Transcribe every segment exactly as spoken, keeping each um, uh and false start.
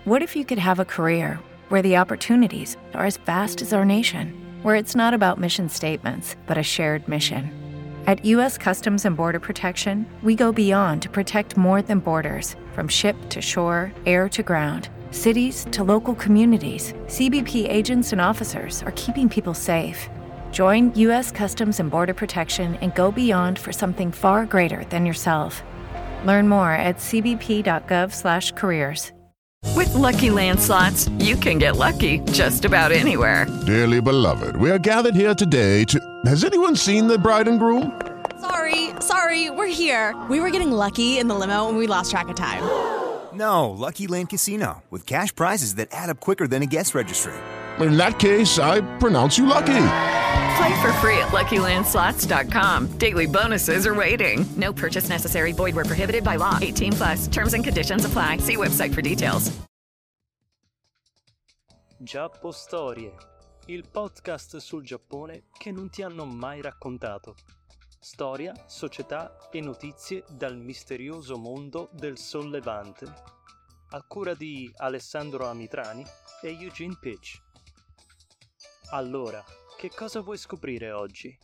What if you could have a career where the opportunities are as vast as our nation, where it's not about mission statements, but a shared mission? At U S Customs and Border Protection, we go beyond to protect more than borders. From ship to shore, air to ground, cities to local communities, C B P agents and officers are keeping people safe. Join U S Customs and Border Protection and go beyond for something far greater than yourself. Learn more at c b p dot gov slash careers. With Lucky Land Slots, you can get lucky just about anywhere. Dearly beloved, we are gathered here today to... Has anyone seen the bride and groom? Sorry, sorry, we're here. We were getting lucky in the limo and we lost track of time. No, Lucky Land Casino, with cash prizes that add up quicker than a guest registry. In that case, I pronounce you lucky. Play for free at lucky land slots dot com. Daily bonuses are waiting. No purchase necessary. Void where prohibited by law. eighteen plus. Terms and conditions apply. See website for details. Giappo Storie, il podcast sul Giappone che non ti hanno mai raccontato. Storia, società e notizie dal misterioso mondo del Sollevante. A cura di Alessandro Amitrani e Eugene Pitch. Allora, che cosa vuoi scoprire oggi?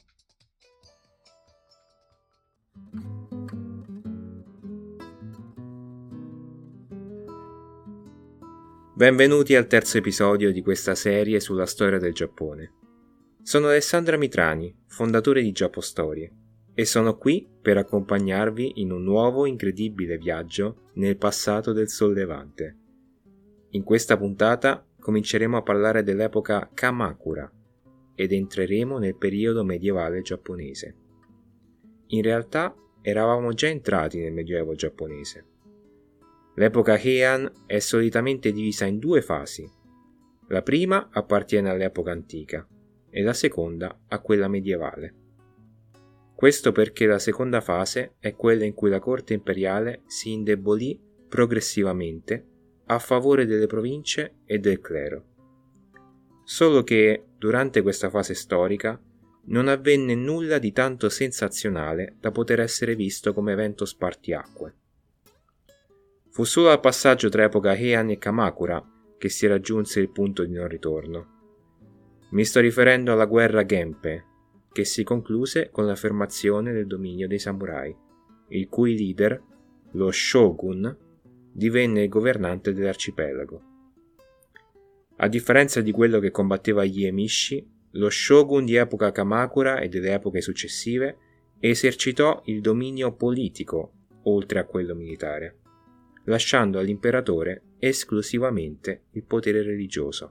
Benvenuti al terzo episodio di questa serie sulla storia del Giappone. Sono Alessandro Amitrani, fondatore di Giappo Storie, e sono qui per accompagnarvi in un nuovo incredibile viaggio nel passato del Sollevante. In questa puntata cominceremo a parlare dell'epoca Kamakura ed entreremo nel periodo medievale giapponese. In realtà eravamo già entrati nel Medioevo giapponese. L'epoca Heian è solitamente divisa in due fasi. La prima appartiene all'epoca antica e la seconda a quella medievale. Questo perché la seconda fase è quella in cui la corte imperiale si indebolì progressivamente a favore delle province e del clero. Solo che, durante questa fase storica, non avvenne nulla di tanto sensazionale da poter essere visto come evento spartiacque. Fu solo al passaggio tra epoca Heian e Kamakura che si raggiunse il punto di non ritorno. Mi sto riferendo alla guerra Genpei, che si concluse con l'affermazione del dominio dei samurai, il cui leader, lo shogun, divenne il governante dell'arcipelago. A differenza di quello che combatteva gli Emishi, lo shogun di epoca Kamakura e delle epoche successive esercitò il dominio politico oltre a quello militare, lasciando all'imperatore esclusivamente il potere religioso.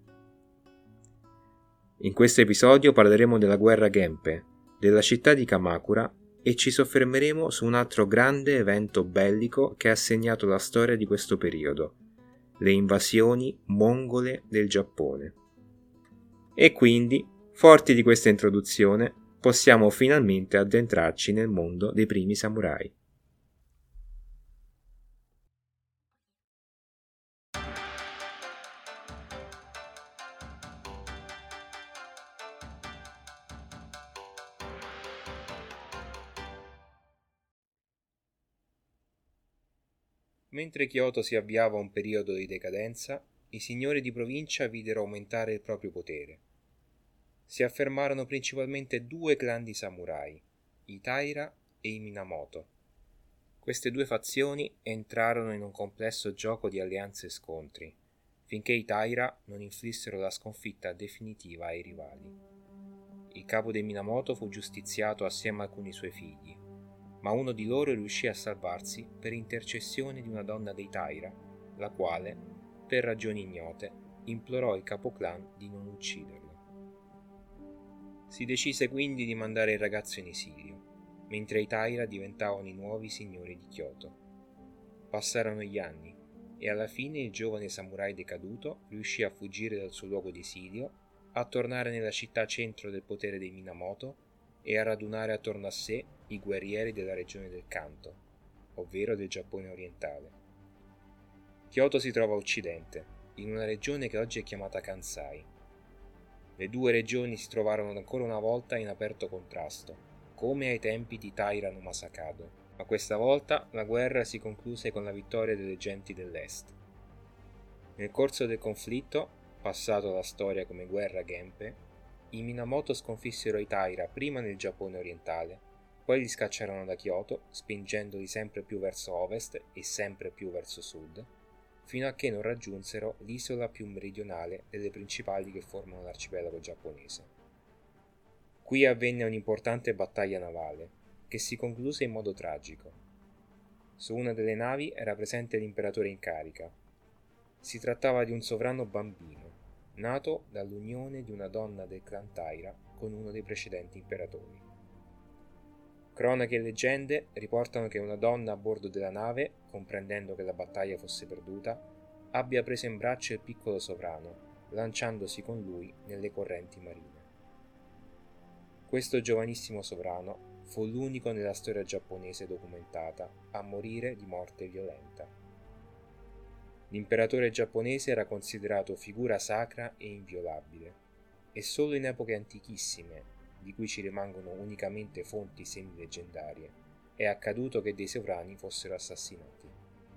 In questo episodio parleremo della guerra Genpei, della città di Kamakura e ci soffermeremo su un altro grande evento bellico che ha segnato la storia di questo periodo, le invasioni mongole del Giappone. E quindi, forti di questa introduzione, possiamo finalmente addentrarci nel mondo dei primi samurai. Mentre Kyoto si avviava a un periodo di decadenza, i signori di provincia videro aumentare il proprio potere. Si affermarono principalmente due clan di samurai, i Taira e i Minamoto. Queste due fazioni entrarono in un complesso gioco di alleanze e scontri, finché i Taira non inflissero la sconfitta definitiva ai rivali. Il capo dei Minamoto fu giustiziato assieme a alcuni suoi figli, ma uno di loro riuscì a salvarsi per intercessione di una donna dei Taira, la quale, per ragioni ignote, implorò il capoclan di non ucciderlo. Si decise quindi di mandare il ragazzo in esilio, mentre i Taira diventavano i nuovi signori di Kyoto. Passarono gli anni e alla fine il giovane samurai decaduto riuscì a fuggire dal suo luogo di esilio, a tornare nella città centro del potere dei Minamoto e a radunare attorno a sé i guerrieri della regione del Kanto, ovvero del Giappone orientale. Kyoto si trova a occidente, in una regione che oggi è chiamata Kansai. Le due regioni si trovarono ancora una volta in aperto contrasto, come ai tempi di Taira no Masakado, ma questa volta la guerra si concluse con la vittoria delle genti dell'est. Nel corso del conflitto, passato alla storia come guerra Genpei, i Minamoto sconfissero i Taira prima nel Giappone orientale, poi li scacciarono da Kyoto, spingendoli sempre più verso ovest e sempre più verso sud, fino a che non raggiunsero l'isola più meridionale delle principali che formano l'arcipelago giapponese. Qui avvenne un'importante battaglia navale, che si concluse in modo tragico. Su una delle navi era presente l'imperatore in carica. Si trattava di un sovrano bambino, nato dall'unione di una donna del clan Taira con uno dei precedenti imperatori. Cronache e leggende riportano che una donna a bordo della nave, comprendendo che la battaglia fosse perduta, abbia preso in braccio il piccolo sovrano, lanciandosi con lui nelle correnti marine. Questo giovanissimo sovrano fu l'unico nella storia giapponese documentata a morire di morte violenta. L'imperatore giapponese era considerato figura sacra e inviolabile, e solo in epoche antichissime, di cui ci rimangono unicamente fonti semi-leggendarie, è accaduto che dei sovrani fossero assassinati.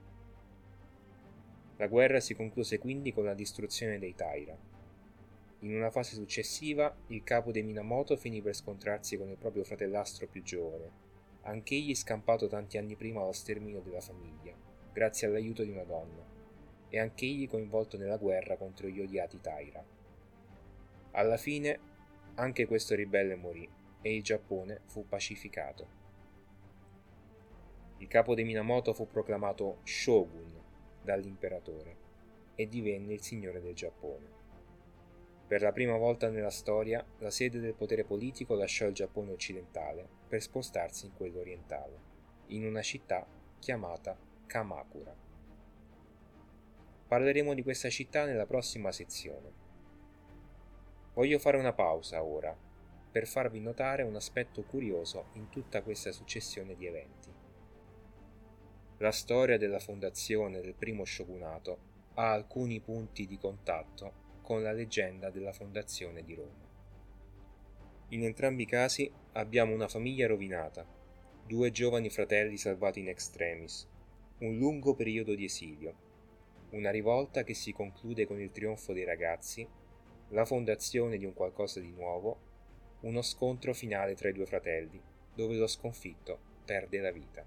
La guerra si concluse quindi con la distruzione dei Taira. In una fase successiva, il capo dei Minamoto finì per scontrarsi con il proprio fratellastro più giovane, anch'egli scampato tanti anni prima allo sterminio della famiglia, grazie all'aiuto di una donna, e anch'egli coinvolto nella guerra contro gli odiati Taira. Alla fine, anche questo ribelle morì e il Giappone fu pacificato. Il capo dei Minamoto fu proclamato shogun dall'imperatore e divenne il signore del Giappone. Per la prima volta nella storia, la sede del potere politico lasciò il Giappone occidentale per spostarsi in quello orientale, in una città chiamata Kamakura. Parleremo di questa città nella prossima sezione. Voglio fare una pausa ora, per farvi notare un aspetto curioso in tutta questa successione di eventi. La storia della fondazione del primo shogunato ha alcuni punti di contatto con la leggenda della fondazione di Roma. In entrambi i casi abbiamo una famiglia rovinata, due giovani fratelli salvati in extremis, un lungo periodo di esilio, una rivolta che si conclude con il trionfo dei ragazzi, la fondazione di un qualcosa di nuovo, uno scontro finale tra i due fratelli, dove lo sconfitto perde la vita.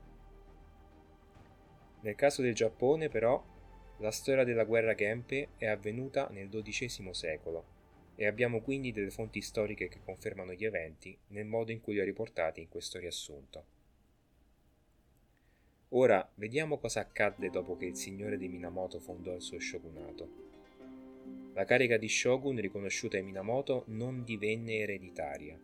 Nel caso del Giappone, però, la storia della guerra Genpei è avvenuta nel dodicesimo secolo e abbiamo quindi delle fonti storiche che confermano gli eventi nel modo in cui li ho riportati in questo riassunto. Ora vediamo cosa accadde dopo che il signore dei Minamoto fondò il suo shogunato. La carica di shogun riconosciuta ai Minamoto non divenne ereditaria.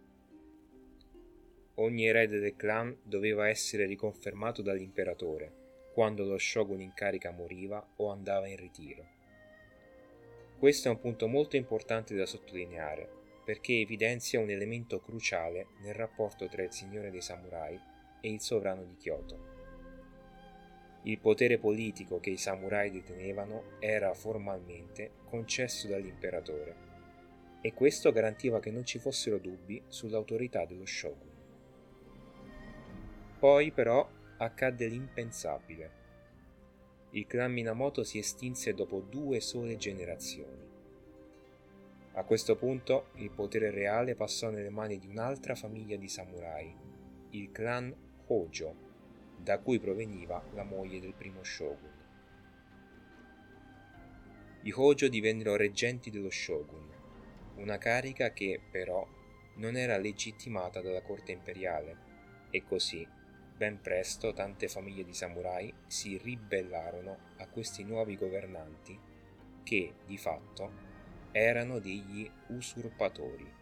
Ogni erede del clan doveva essere riconfermato dall'imperatore quando lo shogun in carica moriva o andava in ritiro. Questo è un punto molto importante da sottolineare, perché evidenzia un elemento cruciale nel rapporto tra il signore dei samurai e il sovrano di Kyoto. Il potere politico che i samurai detenevano era formalmente concesso dall'imperatore, e questo garantiva che non ci fossero dubbi sull'autorità dello shogun. Poi però accadde l'impensabile. Il clan Minamoto si estinse dopo due sole generazioni. A questo punto il potere reale passò nelle mani di un'altra famiglia di samurai, il clan Hojo, da cui proveniva la moglie del primo shogun. Gli Hojo divennero reggenti dello shogun, una carica che, però, non era legittimata dalla corte imperiale, e così, ben presto, tante famiglie di samurai si ribellarono a questi nuovi governanti che, di fatto, erano degli usurpatori.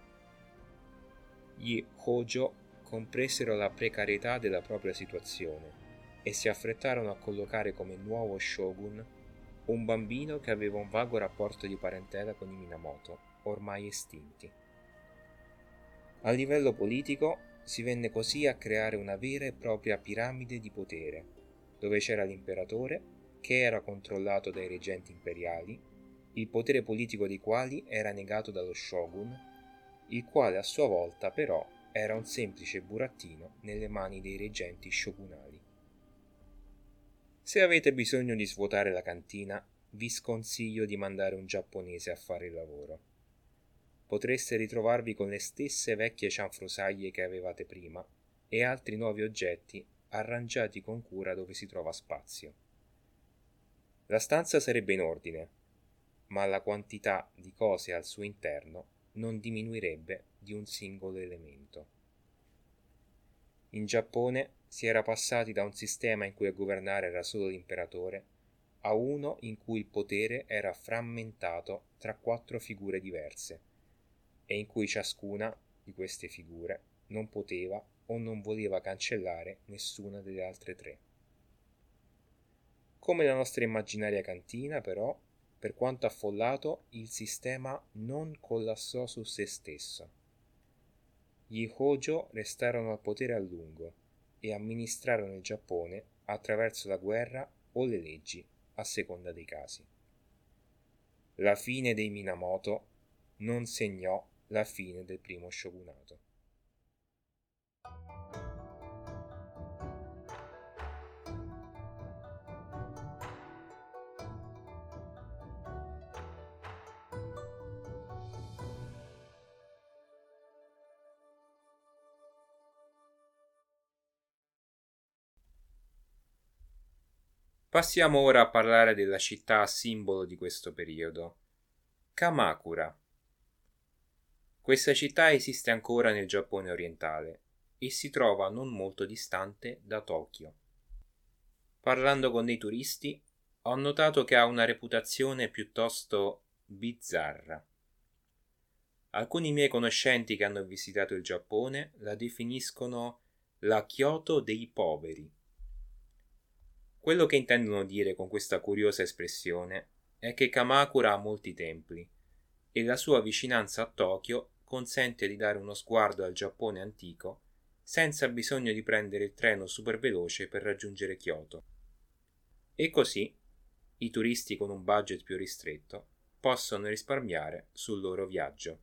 Gli Hojo compresero la precarietà della propria situazione e si affrettarono a collocare come nuovo shogun un bambino che aveva un vago rapporto di parentela con i Minamoto, ormai estinti. A livello politico si venne così a creare una vera e propria piramide di potere, dove c'era l'imperatore, che era controllato dai reggenti imperiali, il potere politico dei quali era negato dallo shogun, il quale a sua volta però era un semplice burattino nelle mani dei reggenti shogunali. Se avete bisogno di svuotare la cantina, vi sconsiglio di mandare un giapponese a fare il lavoro. Potreste ritrovarvi con le stesse vecchie cianfrusaglie che avevate prima e altri nuovi oggetti arrangiati con cura dove si trova spazio. La stanza sarebbe in ordine, ma la quantità di cose al suo interno non diminuirebbe di un singolo elemento. In Giappone si era passati da un sistema in cui a governare era solo l'imperatore a uno in cui il potere era frammentato tra quattro figure diverse e in cui ciascuna di queste figure non poteva o non voleva cancellare nessuna delle altre tre. Come la nostra immaginaria cantina, però, per quanto affollato, il sistema non collassò su se stesso. Gli Hojo restarono al potere a lungo e amministrarono il Giappone attraverso la guerra o le leggi, a seconda dei casi. La fine dei Minamoto non segnò la fine del primo shogunato. Passiamo ora a parlare della città simbolo di questo periodo, Kamakura. Questa città esiste ancora nel Giappone orientale e si trova non molto distante da Tokyo. Parlando con dei turisti, ho notato che ha una reputazione piuttosto bizzarra. Alcuni miei conoscenti che hanno visitato il Giappone la definiscono la Kyoto dei poveri. Quello che intendono dire con questa curiosa espressione è che Kamakura ha molti templi e la sua vicinanza a Tokyo consente di dare uno sguardo al Giappone antico senza bisogno di prendere il treno superveloce per raggiungere Kyoto. E così i turisti con un budget più ristretto possono risparmiare sul loro viaggio.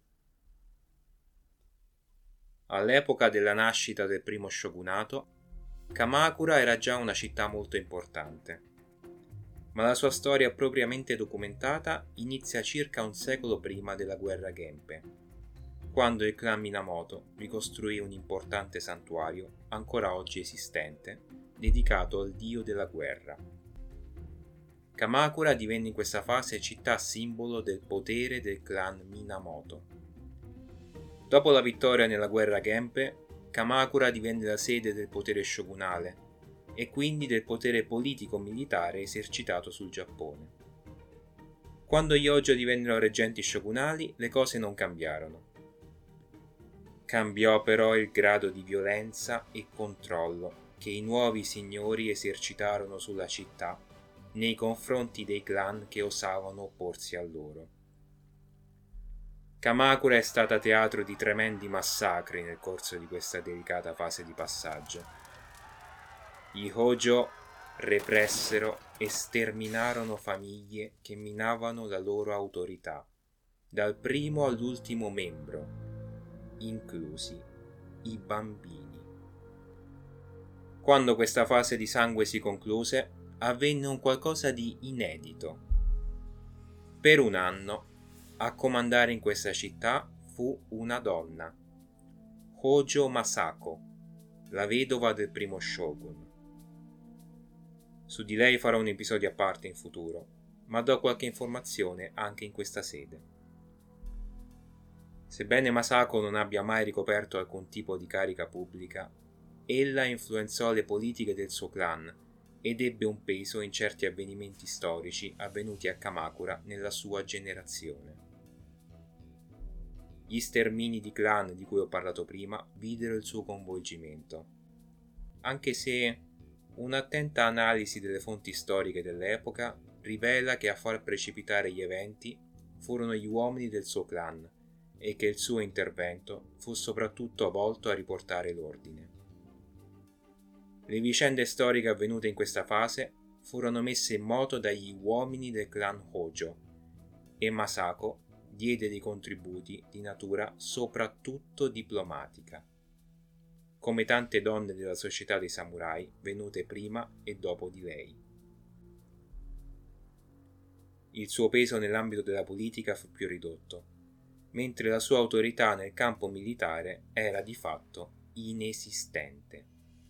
All'epoca della nascita del primo shogunato, Kamakura era già una città molto importante, ma la sua storia propriamente documentata inizia circa un secolo prima della guerra Genpei, quando il clan Minamoto ricostruì un importante santuario ancora oggi esistente, dedicato al dio della guerra. Kamakura divenne in questa fase città simbolo del potere del clan Minamoto. Dopo la vittoria nella guerra Genpei, Kamakura divenne la sede del potere shogunale e quindi del potere politico-militare esercitato sul Giappone. Quando gli Hojo divennero reggenti shogunali, le cose non cambiarono. Cambiò però il grado di violenza e controllo che i nuovi signori esercitarono sulla città nei confronti dei clan che osavano opporsi a loro. Kamakura è stata teatro di tremendi massacri nel corso di questa delicata fase di passaggio. Gli Hojo repressero e sterminarono famiglie che minavano la loro autorità, dal primo all'ultimo membro, inclusi i bambini. Quando questa fase di sangue si concluse, avvenne un qualcosa di inedito. Per un anno, a comandare in questa città fu una donna, Hojo Masako, la vedova del primo shogun. Su di lei farò un episodio a parte in futuro, ma do qualche informazione anche in questa sede. Sebbene Masako non abbia mai ricoperto alcun tipo di carica pubblica, ella influenzò le politiche del suo clan ed ebbe un peso in certi avvenimenti storici avvenuti a Kamakura nella sua generazione. Gli stermini di clan di cui ho parlato prima videro il suo coinvolgimento, anche se un'attenta analisi delle fonti storiche dell'epoca rivela che a far precipitare gli eventi furono gli uomini del suo clan e che il suo intervento fu soprattutto volto a riportare l'ordine. Le vicende storiche avvenute in questa fase furono messe in moto dagli uomini del clan Hojo e Masako diede dei contributi di natura soprattutto diplomatica, come tante donne della società dei samurai venute prima e dopo di lei. il suo peso nell'ambito della politica fu più ridotto, mentre la sua autorità nel campo militare era di fatto inesistente.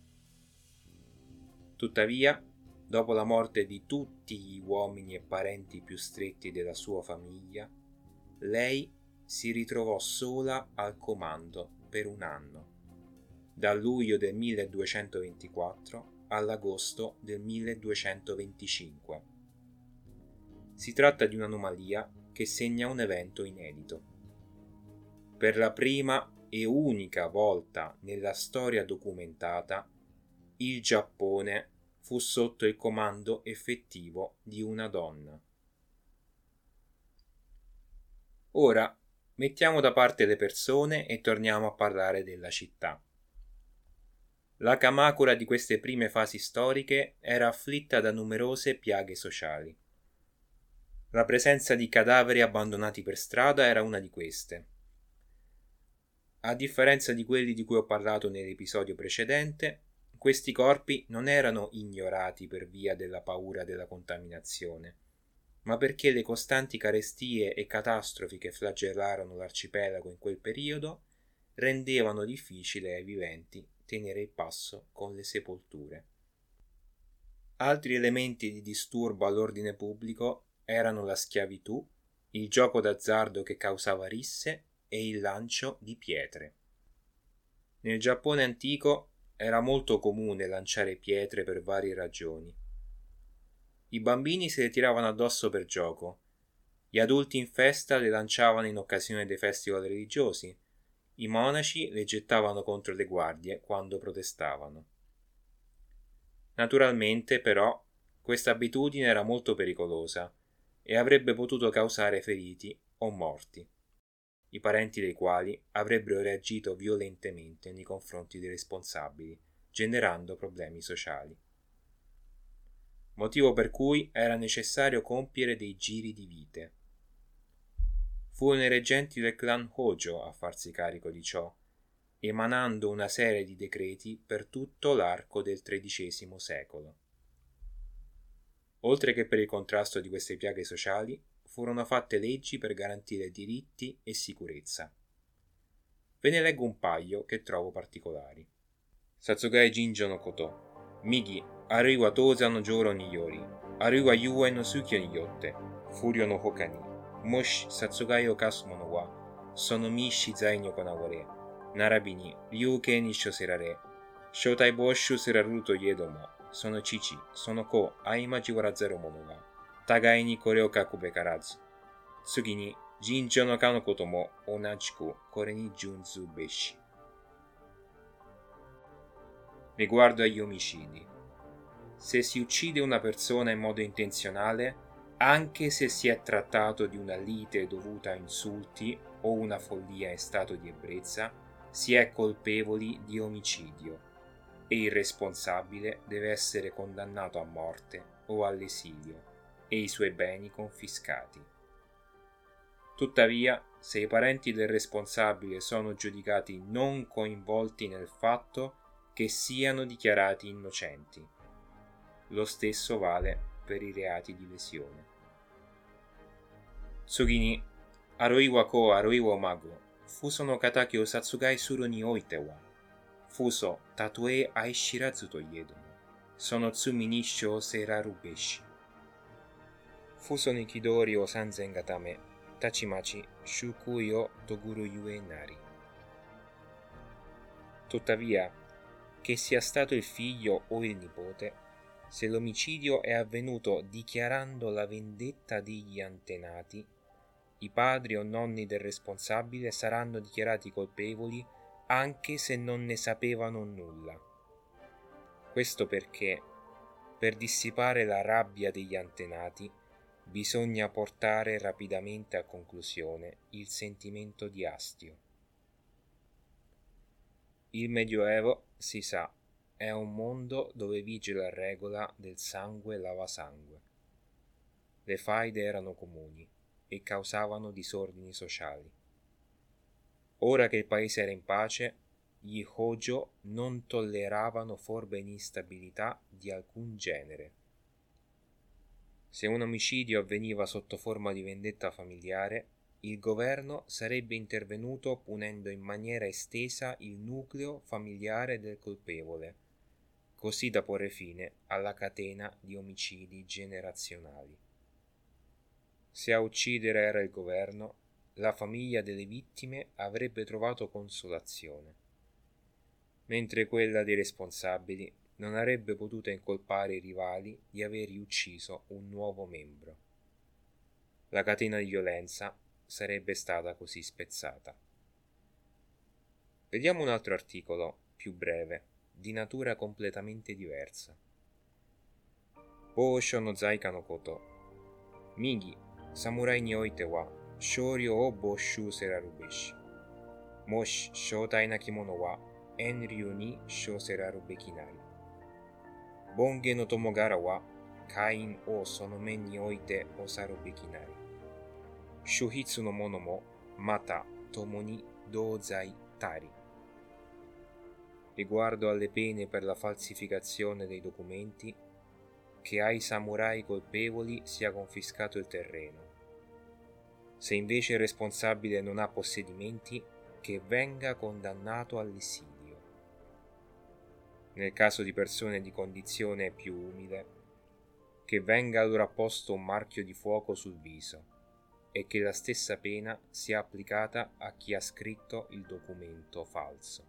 Tuttavia, dopo la morte di tutti gli uomini e parenti più stretti della sua famiglia, lei si ritrovò sola al comando per un anno, dal luglio del milleduecentoventiquattro all'agosto del milleduecentoventicinque. Si tratta di un'anomalia che segna un evento inedito. Per la prima e unica volta nella storia documentata, il Giappone fu sotto il comando effettivo di una donna. Ora mettiamo da parte le persone e torniamo a parlare della città. La Kamakura di queste prime fasi storiche era afflitta da numerose piaghe sociali. La presenza di cadaveri abbandonati per strada era una di queste. A differenza di quelli di cui ho parlato nell'episodio precedente, questi corpi non erano ignorati per via della paura della contaminazione, ma perché le costanti carestie e catastrofi che flagellarono l'arcipelago in quel periodo rendevano difficile ai viventi tenere il passo con le sepolture. Altri elementi di disturbo all'ordine pubblico erano la schiavitù, il gioco d'azzardo che causava risse e il lancio di pietre. Nel Giappone antico era molto comune lanciare pietre per varie ragioni. I bambini se le tiravano addosso per gioco, gli adulti in festa le lanciavano in occasione dei festival religiosi, i monaci le gettavano contro le guardie quando protestavano. Naturalmente, però, questa abitudine era molto pericolosa e avrebbe potuto causare feriti o morti, i parenti dei quali avrebbero reagito violentemente nei confronti dei responsabili, generando problemi sociali. Motivo per cui era necessario compiere dei giri di vite. Furono i reggenti del clan Hojo a farsi carico di ciò, emanando una serie di decreti per tutto l'arco del tredicesimo secolo. Oltre che per il contrasto di queste piaghe sociali, furono fatte leggi per garantire diritti e sicurezza. Ve ne leggo un paio che trovo particolari. Satsugai Jinjo no Koto, Migi, Aruiwa Tosa no Joro ni Yori, Aruiwa Yuwai no Sukyo ni Yotte, Furio no Hoka ni, Moshi Satsugai o kasu mono wa, sono mi shizai ni okonaware, narabi ni ryūkei ni shoserare, shoutai boshu seraru to iedomo, sono chichi, sono ko aimaji warazaru mono ga, tagai ni kore o kakube karazu, tsugi ni jinjo no ka no koto mo onajiku kore ni junzu beshi. Riguardo agli omicidi. Se si uccide una persona in modo intenzionale, anche se si è trattato di una lite dovuta a insulti o una follia in stato di ebbrezza, si è colpevoli di omicidio e il responsabile deve essere condannato a morte o all'esilio e i suoi beni confiscati. Tuttavia, se i parenti del responsabile sono giudicati non coinvolti nel fatto, che siano dichiarati innocenti. Lo stesso vale per i reati di lesione. Tsugi ni Aruiwa ko Aruiwa mago, fuso no kataki o satsugai suru ni oite wa, fuso tatoe aishirazu to iedomo, sono tsumi ni shōseraru beshi. Fuso ni kidori o sanzen ga tame, tachimachi shukui o toguru yue nari. Tuttavia, che sia stato il figlio o il nipote, se l'omicidio è avvenuto dichiarando la vendetta degli antenati, i padri o nonni del responsabile saranno dichiarati colpevoli anche se non ne sapevano nulla. Questo perché, per dissipare la rabbia degli antenati, bisogna portare rapidamente a conclusione il sentimento di astio. Il Medioevo, si sa, è un mondo dove vige la regola del sangue lava sangue. Le faide erano comuni e causavano disordini sociali. Ora che il paese era in pace, gli Hojo non tolleravano forme di instabilità di alcun genere. Se un omicidio avveniva sotto forma di vendetta familiare, il governo sarebbe intervenuto punendo in maniera estesa il nucleo familiare del colpevole, così da porre fine alla catena di omicidi generazionali. Se a uccidere era il governo, la famiglia delle vittime avrebbe trovato consolazione, mentre quella dei responsabili non avrebbe potuto incolpare i rivali di avergli ucciso un nuovo membro. La catena di violenza sarebbe stata così spezzata. Vediamo un altro articolo, più breve, di natura completamente diversa. Bōshō no zaika no koto. Migi, samurai ni oite wa, shōryō o bōshū seraru beshi. Moshi, shōtai na kimono wa, enryū ni shōseraru beki nari. Bonge no tomogara wa, kain o sono men ni oite osaru beki nari. Shuhitsu no mono mo, mata, tomo ni dōzai tari. Riguardo alle pene per la falsificazione dei documenti, che ai samurai colpevoli sia confiscato il terreno. Se invece il responsabile non ha possedimenti, che venga condannato all'esilio. Nel caso di persone di condizione più umile, che venga loro apposto un marchio di fuoco sul viso e che la stessa pena sia applicata a chi ha scritto il documento falso.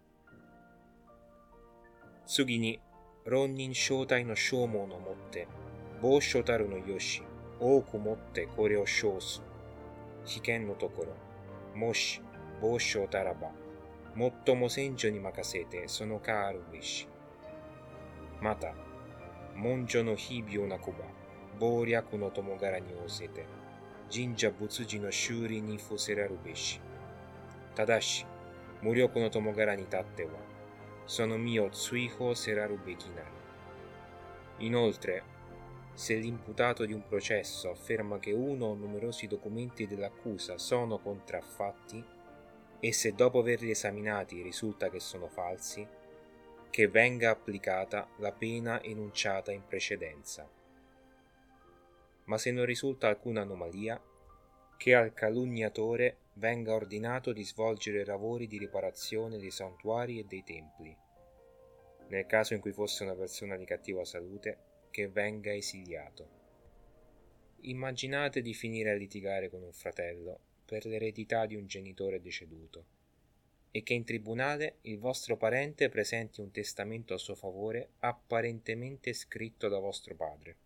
Tsugi ni Ronnin shōtai no shōmō no motte, bōshō taru no yoshi, oku motte kore o shōsu. Hiken no tokoro, moshi, bōshō taraba, mottomo senjō ni makasete sono ka aru beshi. Mata, monjō no hibyo nakoba, bōryaku no tomogara ni ōsete, jinja butsuji no shūri ni fuseraru beshi. Tadashi, muryoku no tomogara ni tatte wa, sono mio tsuiho seraru beki nari. Inoltre, se l'imputato di un processo afferma che uno o numerosi documenti dell'accusa sono contraffatti e se dopo averli esaminati risulta che sono falsi, che venga applicata la pena enunciata in precedenza. Ma se non risulta alcuna anomalia, che al calunniatore venga ordinato di svolgere lavori di riparazione dei santuari e dei templi. Nel caso in cui fosse una persona di cattiva salute, che venga esiliato. Immaginate di finire a litigare con un fratello per l'eredità di un genitore deceduto e che in tribunale il vostro parente presenti un testamento a suo favore apparentemente scritto da vostro padre.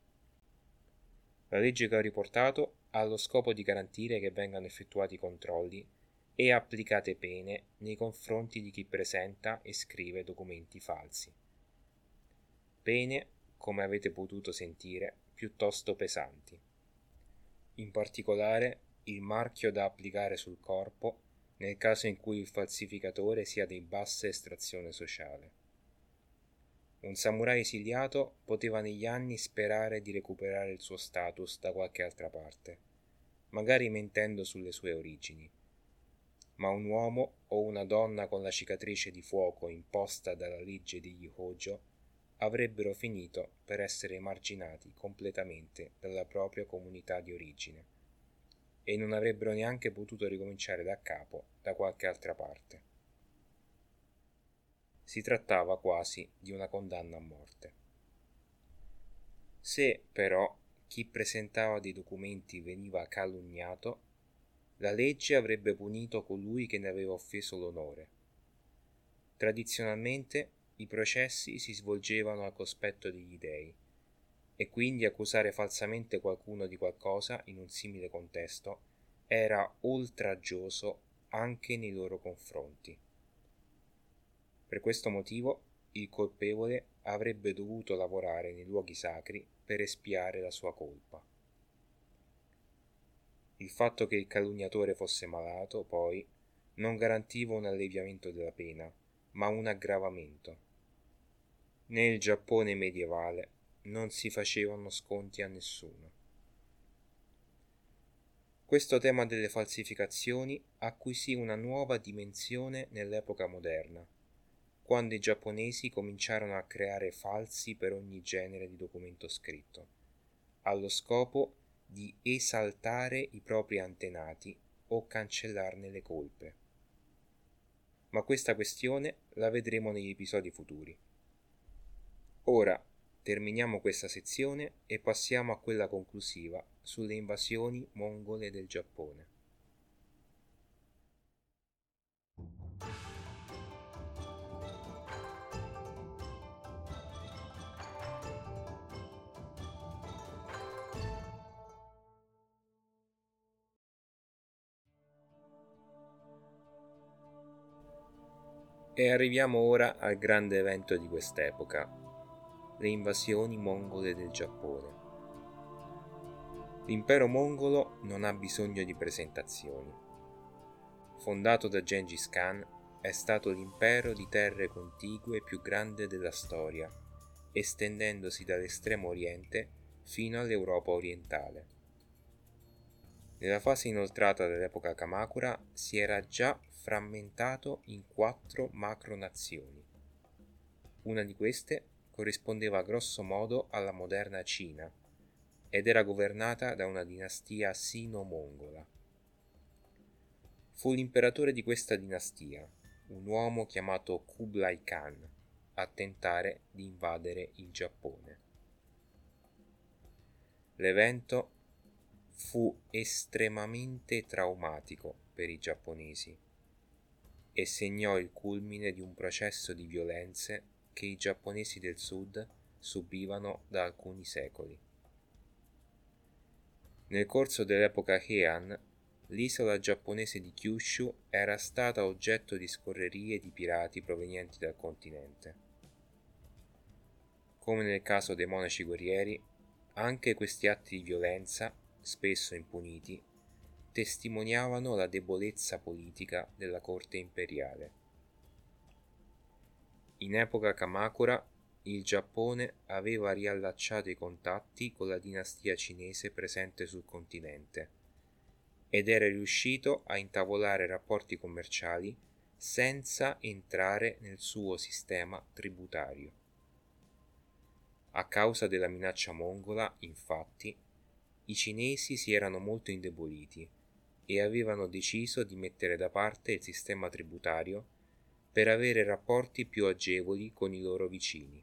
La legge che ho riportato ha lo scopo di garantire che vengano effettuati controlli e applicate pene nei confronti di chi presenta e scrive documenti falsi. Pene, come avete potuto sentire, piuttosto pesanti. In particolare, il marchio da applicare sul corpo nel caso in cui il falsificatore sia di bassa estrazione sociale. Un samurai esiliato poteva negli anni sperare di recuperare il suo status da qualche altra parte, magari mentendo sulle sue origini. Ma un uomo o una donna con la cicatrice di fuoco imposta dalla legge degli Hojo avrebbero finito per essere emarginati completamente dalla propria comunità di origine e non avrebbero neanche potuto ricominciare da capo da qualche altra parte. Si trattava quasi di una condanna a morte. Se, però, chi presentava dei documenti veniva calunniato, la legge avrebbe punito colui che ne aveva offeso l'onore. Tradizionalmente i processi si svolgevano al cospetto degli dei, e quindi accusare falsamente qualcuno di qualcosa in un simile contesto era oltraggioso anche nei loro confronti. Per questo motivo il colpevole avrebbe dovuto lavorare nei luoghi sacri per espiare la sua colpa. Il fatto che il calunniatore fosse malato, poi, non garantiva un alleviamento della pena, ma un aggravamento. Nel Giappone medievale non si facevano sconti a nessuno. Questo tema delle falsificazioni acquisì una nuova dimensione nell'epoca moderna, quando i giapponesi cominciarono a creare falsi per ogni genere di documento scritto, allo scopo di esaltare i propri antenati o cancellarne le colpe. Ma questa questione la vedremo negli episodi futuri. Ora terminiamo questa sezione e passiamo a quella conclusiva sulle invasioni mongole del Giappone. E arriviamo ora al grande evento di quest'epoca, le invasioni mongole del Giappone. L'impero mongolo non ha bisogno di presentazioni. Fondato da Gengis Khan, è stato l'impero di terre contigue più grande della storia, estendendosi dall'estremo oriente fino all'Europa orientale. Nella fase inoltrata dell'epoca Kamakura si era già frammentato in quattro macronazioni. Una di queste corrispondeva grosso modo alla moderna Cina ed era governata da una dinastia sino-mongola. Fu l'imperatore di questa dinastia, un uomo chiamato Kublai Khan, a tentare di invadere il Giappone. L'evento fu estremamente traumatico per i giapponesi e segnò il culmine di un processo di violenze che i giapponesi del sud subivano da alcuni secoli. Nel corso dell'epoca Heian, l'isola giapponese di Kyushu era stata oggetto di scorrerie di pirati provenienti dal continente. Come nel caso dei monaci guerrieri, anche questi atti di violenza, spesso impuniti, testimoniavano la debolezza politica della corte imperiale. In epoca Kamakura, il Giappone aveva riallacciato i contatti con la dinastia cinese presente sul continente ed era riuscito a intavolare rapporti commerciali senza entrare nel suo sistema tributario. A causa della minaccia mongola, infatti, i cinesi si erano molto indeboliti e avevano deciso di mettere da parte il sistema tributario per avere rapporti più agevoli con i loro vicini.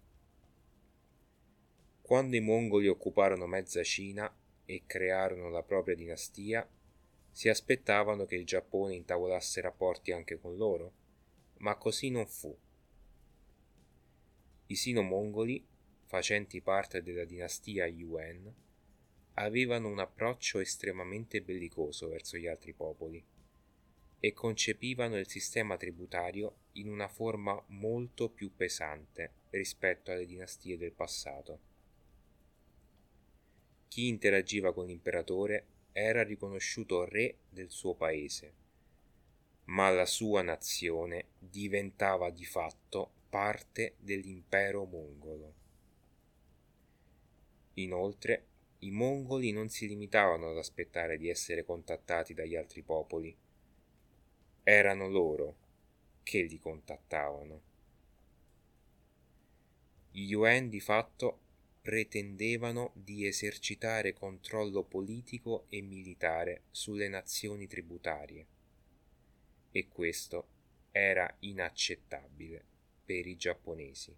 Quando i mongoli occuparono mezza Cina e crearono la propria dinastia, si aspettavano che il Giappone intavolasse rapporti anche con loro, ma così non fu. I sino-mongoli, facenti parte della dinastia Yuan, avevano un approccio estremamente bellicoso verso gli altri popoli e concepivano il sistema tributario in una forma molto più pesante rispetto alle dinastie del passato. Chi interagiva con l'imperatore era riconosciuto re del suo paese, ma la sua nazione diventava di fatto parte dell'impero mongolo. Inoltre, i mongoli non si limitavano ad aspettare di essere contattati dagli altri popoli. Erano loro che li contattavano. Gli Yuan di fatto pretendevano di esercitare controllo politico e militare sulle nazioni tributarie, e questo era inaccettabile per i giapponesi.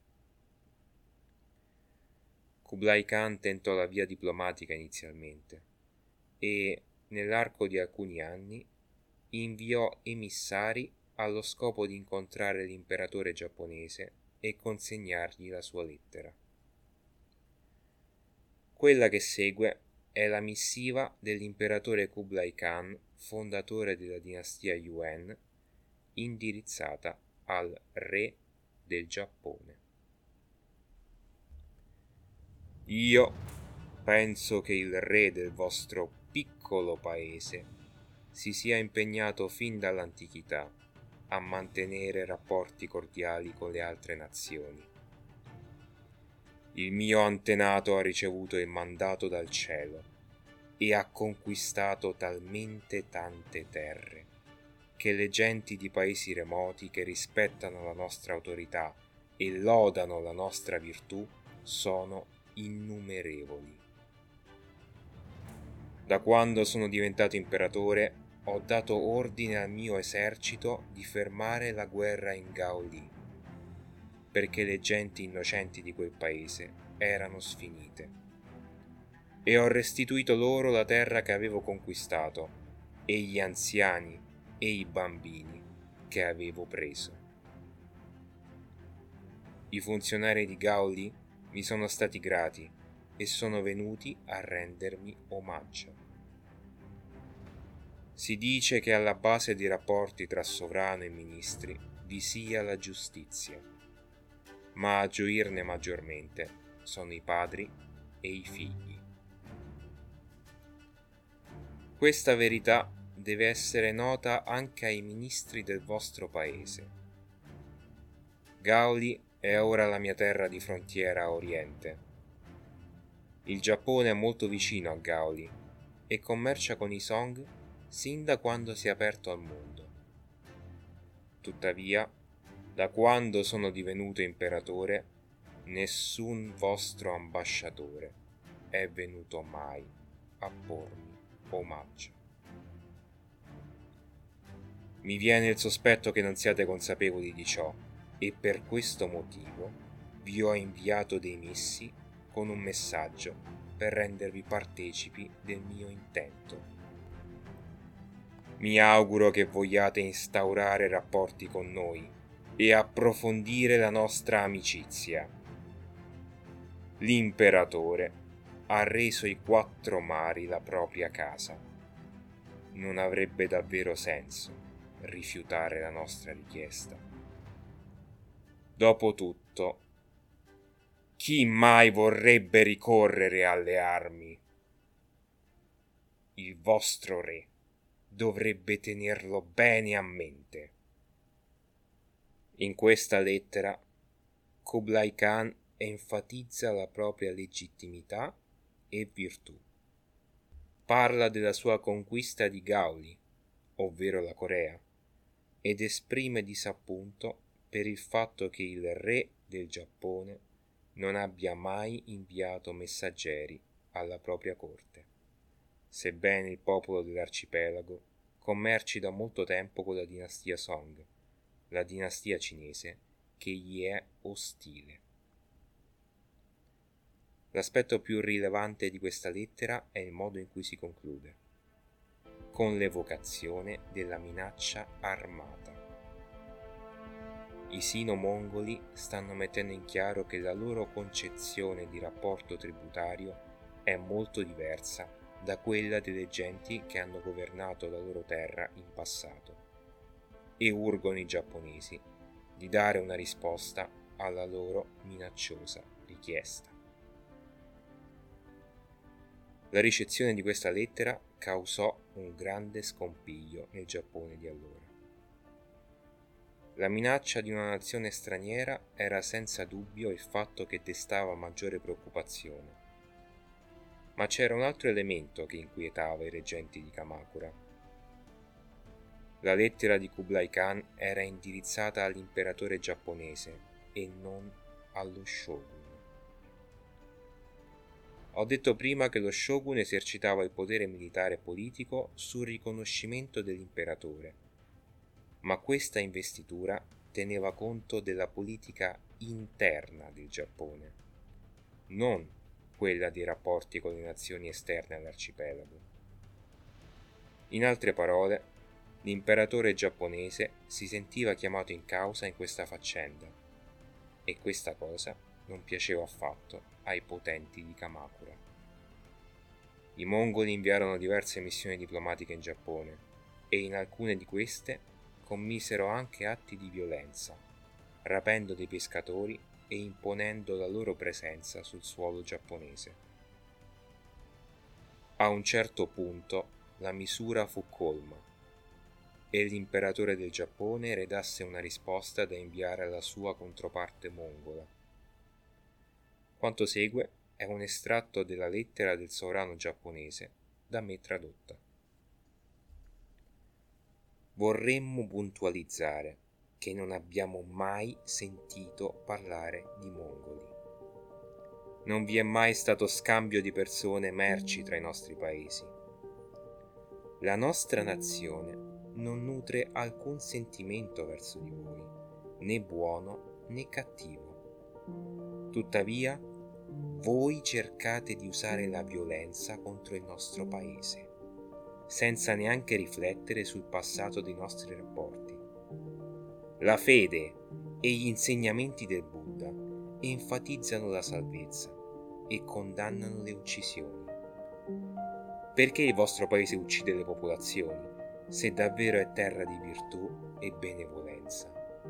Kublai Khan tentò la via diplomatica inizialmente e, nell'arco di alcuni anni, inviò emissari allo scopo di incontrare l'imperatore giapponese e consegnargli la sua lettera. Quella che segue è la missiva dell'imperatore Kublai Khan, fondatore della dinastia Yuan, indirizzata al re del Giappone. Io penso che il re del vostro piccolo paese si sia impegnato fin dall'antichità a mantenere rapporti cordiali con le altre nazioni. Il mio antenato ha ricevuto il mandato dal cielo e ha conquistato talmente tante terre che le genti di paesi remoti che rispettano la nostra autorità e lodano la nostra virtù sono innumerevoli. Da quando sono diventato imperatore ho dato ordine al mio esercito di fermare la guerra in Gaoli, perché le genti innocenti di quel paese erano sfinite, e ho restituito loro la terra che avevo conquistato e gli anziani e i bambini che avevo preso. I funzionari di Gaoli mi sono stati grati e sono venuti a rendermi omaggio. Si dice che alla base dei rapporti tra sovrano e ministri vi sia la giustizia, ma a gioirne maggiormente sono i padri e i figli. Questa verità deve essere nota anche ai ministri del vostro paese. Gaoli è ora la mia terra di frontiera a oriente. Il Giappone è molto vicino a Gaoli e commercia con i Song sin da quando si è aperto al mondo. Tuttavia, da quando sono divenuto imperatore, nessun vostro ambasciatore è venuto mai a pormi omaggio. Mi viene il sospetto che non siate consapevoli di ciò e per questo motivo vi ho inviato dei missi con un messaggio per rendervi partecipi del mio intento. Mi auguro che vogliate instaurare rapporti con noi e approfondire la nostra amicizia. L'imperatore ha reso i quattro mari la propria casa. Non avrebbe davvero senso rifiutare la nostra richiesta. Dopotutto, chi mai vorrebbe ricorrere alle armi? Il vostro re dovrebbe tenerlo bene a mente. In questa lettera Kublai Khan enfatizza la propria legittimità e virtù. Parla della sua conquista di Gaoli, ovvero la Corea, ed esprime disappunto per il fatto che il re del Giappone non abbia mai inviato messaggeri alla propria corte, sebbene il popolo dell'arcipelago commerci da molto tempo con la dinastia Song, la dinastia cinese che gli è ostile. L'aspetto più rilevante di questa lettera è il modo in cui si conclude, con l'evocazione della minaccia armata. I sino-mongoli stanno mettendo in chiaro che la loro concezione di rapporto tributario è molto diversa da quella delle genti che hanno governato la loro terra in passato, e urgono i giapponesi di dare una risposta alla loro minacciosa richiesta. La ricezione di questa lettera causò un grande scompiglio nel Giappone di allora. La minaccia di una nazione straniera era senza dubbio il fatto che destava maggiore preoccupazione, ma c'era un altro elemento che inquietava i reggenti di Kamakura. La lettera di Kublai Khan era indirizzata all'imperatore giapponese e non allo shogun. Ho detto prima che lo shogun esercitava il potere militare e politico sul riconoscimento dell'imperatore, ma questa investitura teneva conto della politica interna del Giappone, non quella dei rapporti con le nazioni esterne all'arcipelago. In altre parole, l'imperatore giapponese si sentiva chiamato in causa in questa faccenda, e questa cosa non piaceva affatto ai potenti di Kamakura. I mongoli inviarono diverse missioni diplomatiche in Giappone, e in alcune di queste commisero anche atti di violenza, rapendo dei pescatori e imponendo la loro presenza sul suolo giapponese. A un certo punto la misura fu colma e l'imperatore del Giappone redasse una risposta da inviare alla sua controparte mongola. Quanto segue è un estratto della lettera del sovrano giapponese da me tradotta. Vorremmo puntualizzare che non abbiamo mai sentito parlare di mongoli. Non vi è mai stato scambio di persone e merci tra i nostri paesi. La nostra nazione non nutre alcun sentimento verso di voi, né buono né cattivo. Tuttavia, voi cercate di usare la violenza contro il nostro paese, senza neanche riflettere sul passato dei nostri rapporti. La fede e gli insegnamenti del Buddha enfatizzano la salvezza e condannano le uccisioni. Perché il vostro paese uccide le popolazioni, se davvero è terra di virtù e benevolenza?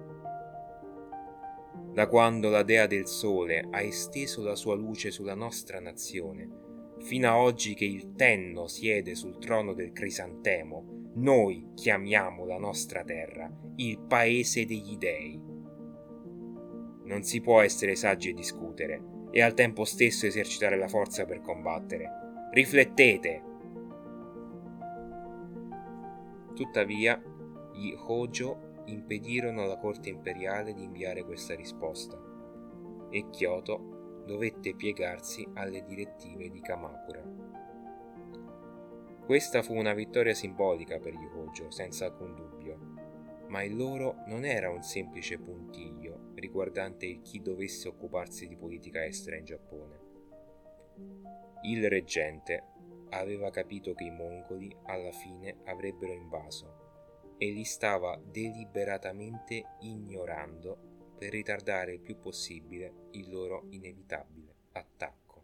Da quando la dea del sole ha esteso la sua luce sulla nostra nazione, fino a oggi che il Tenno siede sul trono del crisantemo, noi chiamiamo la nostra terra il paese degli dei. Non si può essere saggi e discutere, e al tempo stesso esercitare la forza per combattere. Riflettete! Tuttavia, gli Hojo impedirono alla corte imperiale di inviare questa risposta, e Kyoto dovette piegarsi alle direttive di Kamakura. Questa fu una vittoria simbolica per gli Hojo, senza alcun dubbio, ma il loro non era un semplice puntiglio riguardante il chi dovesse occuparsi di politica estera in Giappone. Il reggente aveva capito che i mongoli alla fine avrebbero invaso e li stava deliberatamente ignorando per ritardare il più possibile il loro inevitabile attacco.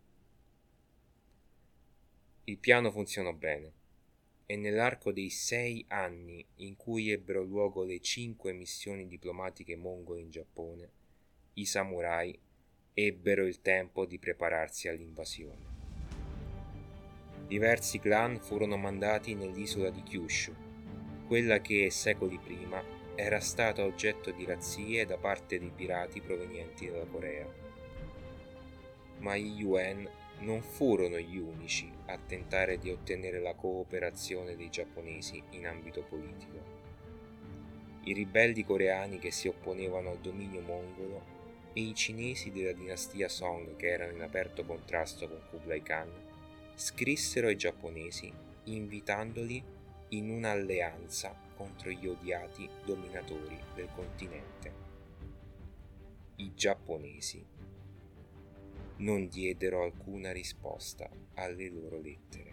Il piano funzionò bene e nell'arco dei sei anni in cui ebbero luogo le cinque missioni diplomatiche mongole in Giappone, i samurai ebbero il tempo di prepararsi all'invasione. Diversi clan furono mandati nell'isola di Kyushu, quella che secoli prima era stata oggetto di razzie da parte dei pirati provenienti dalla Corea. Ma gli Yuan non furono gli unici a tentare di ottenere la cooperazione dei giapponesi in ambito politico. I ribelli coreani che si opponevano al dominio mongolo e i cinesi della dinastia Song che erano in aperto contrasto con Kublai Khan scrissero ai giapponesi invitandoli in un'alleanza contro gli odiati dominatori del continente. I giapponesi non diedero alcuna risposta alle loro lettere.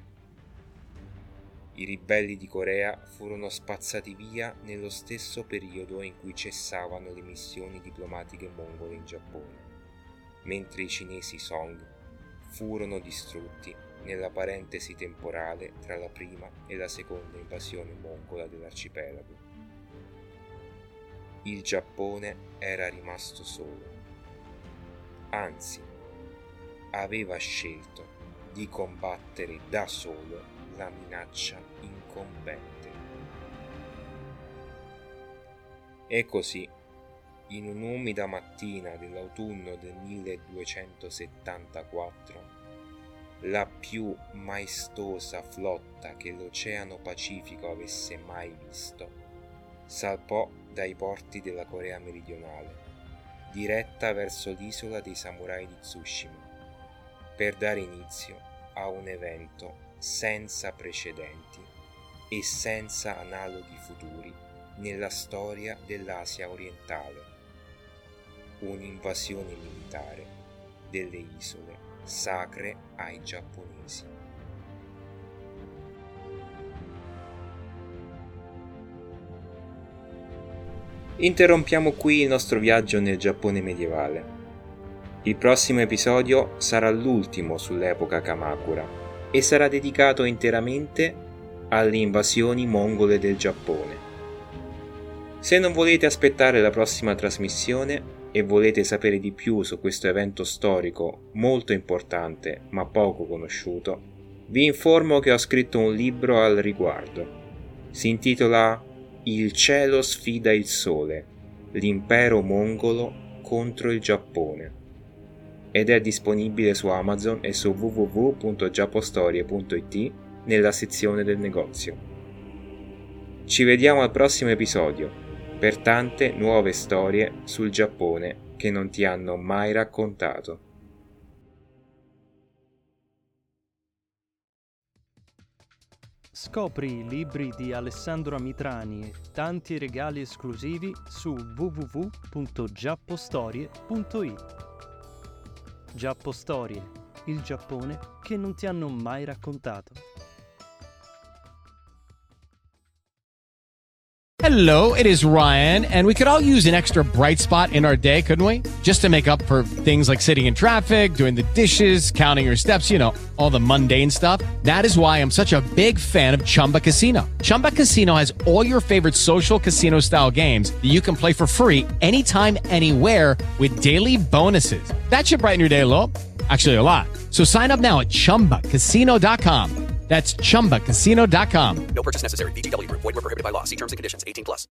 I ribelli di Corea furono spazzati via nello stesso periodo in cui cessavano le missioni diplomatiche mongole in Giappone, mentre i cinesi Song furono distrutti nella parentesi temporale tra la prima e la seconda invasione mongola dell'arcipelago. Il Giappone era rimasto solo, anzi, aveva scelto di combattere da solo la minaccia incombente. E così, in un'umida mattina dell'autunno del milleduecentosettantaquattro, la più maestosa flotta che l'Oceano Pacifico avesse mai visto, salpò dai porti della Corea meridionale, diretta verso l'isola dei samurai di Tsushima, per dare inizio a un evento senza precedenti e senza analoghi futuri nella storia dell'Asia orientale, un'invasione militare delle isole sacre ai giapponesi. Interrompiamo qui il nostro viaggio nel Giappone medievale. Il prossimo episodio sarà l'ultimo sull'epoca Kamakura e sarà dedicato interamente alle invasioni mongole del Giappone. Se non volete aspettare la prossima trasmissione e volete sapere di più su questo evento storico molto importante ma poco conosciuto, vi informo che ho scritto un libro al riguardo. Si intitola Il cielo sfida il sole, l'impero mongolo contro il Giappone ed è disponibile su Amazon e su w w w punto giappostorie punto i t nella sezione del negozio. Ci vediamo al prossimo episodio per tante nuove storie sul Giappone che non ti hanno mai raccontato. Scopri i libri di Alessandro Mitrani e tanti regali esclusivi su w w w punto giappostorie punto i t. Giappo Storie, il Giappone che non ti hanno mai raccontato. Hello, it is Ryan, and we could all use an extra bright spot in our day, couldn't we? Just to make up for things like sitting in traffic, doing the dishes, counting your steps, you know, all the mundane stuff. That is why I'm such a big fan of Chumba Casino. Chumba Casino has all your favorite social casino-style games that you can play for free anytime, anywhere with daily bonuses. That should brighten your day a little. Actually, a lot. So sign up now at chumba casino dot com. That's chumba casino dot com. No purchase necessary. V G W Group. Void where prohibited by law. See terms and conditions. eighteen plus.